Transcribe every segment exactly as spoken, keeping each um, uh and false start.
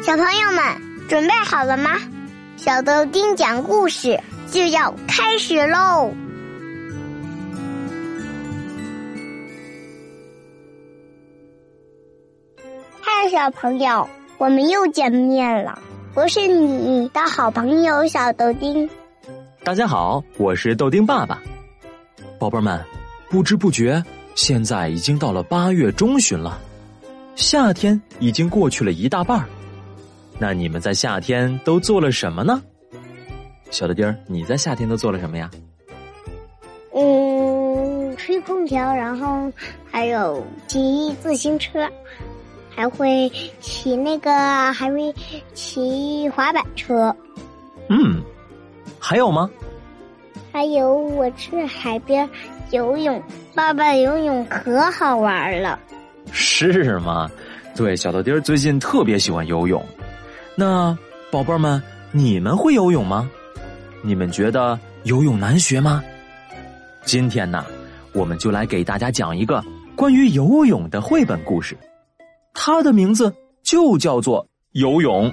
小朋友们准备好了吗？小豆丁讲故事就要开始喽！嗨，小朋友，我们又见面了，我是你的好朋友小豆丁。 大家好，我是豆丁爸爸。宝贝们，不知不觉现在已经到了八月中旬了，夏天已经过去了一大半。那你们在夏天都做了什么呢？小豆丁儿，你在夏天都做了什么呀？ 嗯，吹空调，然后还有骑自行车，还会骑那个，还会骑滑板车。 嗯，还有吗？ 还有我去海边游泳，爸爸游泳可好玩了。 是吗？对，小豆丁儿最近特别喜欢游泳。那宝贝儿们，你们会游泳吗？你们觉得游泳难学吗？今天呢，我们就来给大家讲一个关于游泳的绘本故事，它的名字就叫做游泳。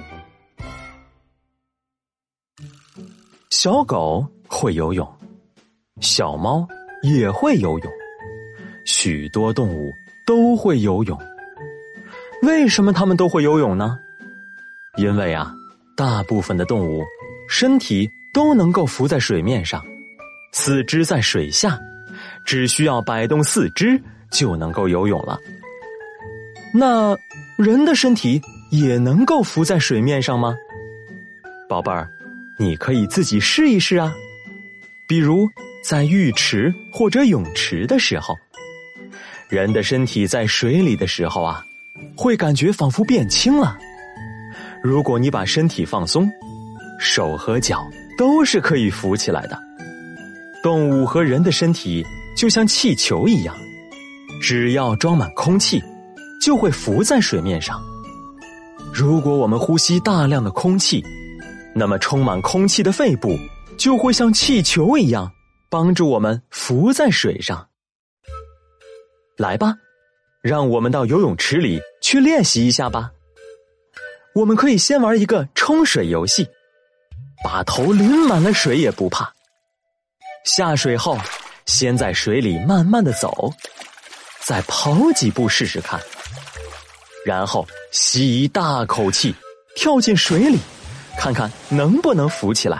小狗会游泳，小猫也会游泳，许多动物都会游泳。为什么它们都会游泳呢？因为啊，大部分的动物身体都能够浮在水面上，四肢在水下，只需要摆动四肢就能够游泳了。那人的身体也能够浮在水面上吗？宝贝儿，你可以自己试一试啊。比如在浴池或者泳池的时候，人的身体在水里的时候啊，会感觉仿佛变轻了。如果你把身体放松，手和脚都是可以浮起来的。动物和人的身体就像气球一样，只要装满空气，就会浮在水面上。如果我们呼吸大量的空气，那么充满空气的肺部就会像气球一样，帮助我们浮在水上。来吧，让我们到游泳池里去练习一下吧。我们可以先玩一个冲水游戏，把头淋满了水也不怕。下水后，先在水里慢慢的走，再跑几步试试看，然后吸一大口气，跳进水里，看看能不能浮起来。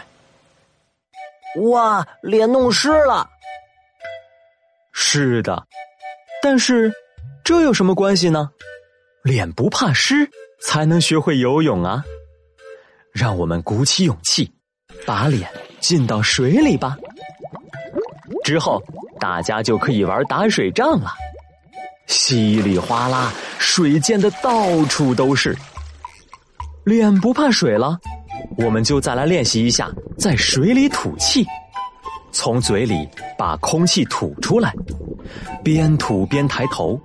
哇，脸弄湿了。 是的，但是这有什么关系呢？脸不怕湿才能学会游泳啊！让我们鼓起勇气，把脸浸到水里吧。之后大家就可以玩打水仗了，稀里哗啦，水溅得到处都是。脸不怕水了，我们就再来练习一下在水里吐气，从嘴里把空气吐出来，边吐边抬头。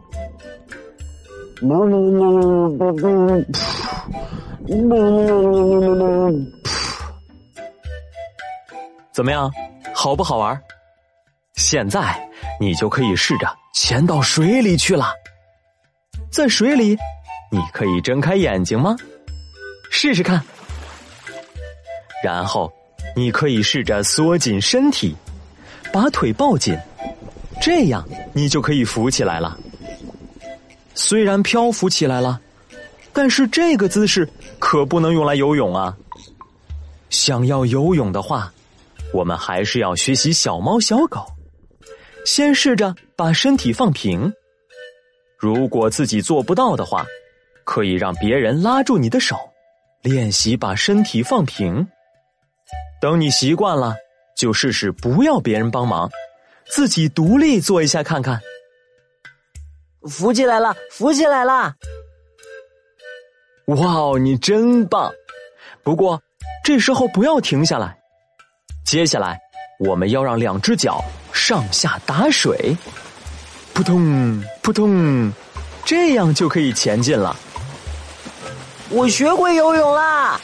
怎么样，好不好玩？现在你就可以试着潜到水里去了。在水里，你可以睁开眼睛吗？试试看。然后你可以试着缩紧身体，把腿抱紧，这样你就可以浮起来了。虽然漂浮起来了，但是这个姿势可不能用来游泳啊。想要游泳的话，我们还是要学习小猫小狗，先试着把身体放平。如果自己做不到的话，可以让别人拉住你的手，练习把身体放平。等你习惯了，就试试不要别人帮忙，自己独立做一下看看。 浮起来了，浮起来了！ 哇哦，你真棒！不过这时候不要停下来，接下来我们要让两只脚上下打水，扑通扑通，这样就可以前进了。 我学会游泳啦！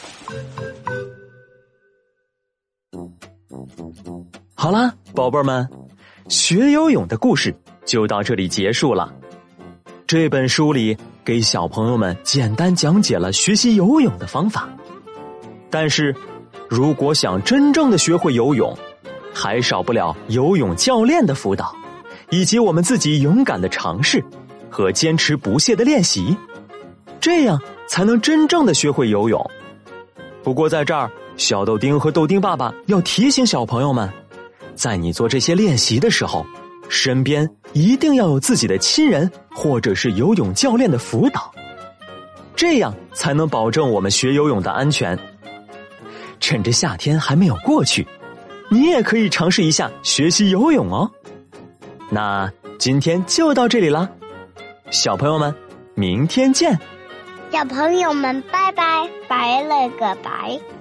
好啦，宝贝们，学游泳的故事就到这里结束了。这本书里给小朋友们简单讲解了学习游泳的方法。但是，如果想真正的学会游泳，还少不了游泳教练的辅导，以及我们自己勇敢的尝试和坚持不懈的练习，这样才能真正的学会游泳。不过在这儿，小豆丁和豆丁爸爸要提醒小朋友们，在你做这些练习的时候，身边一定要有自己的亲人或者是游泳教练的辅导，这样才能保证我们学游泳的安全。趁着夏天还没有过去，你也可以尝试一下学习游泳哦。那今天就到这里啦，小朋友们，明天见。 小朋友们，拜拜，拜了个拜。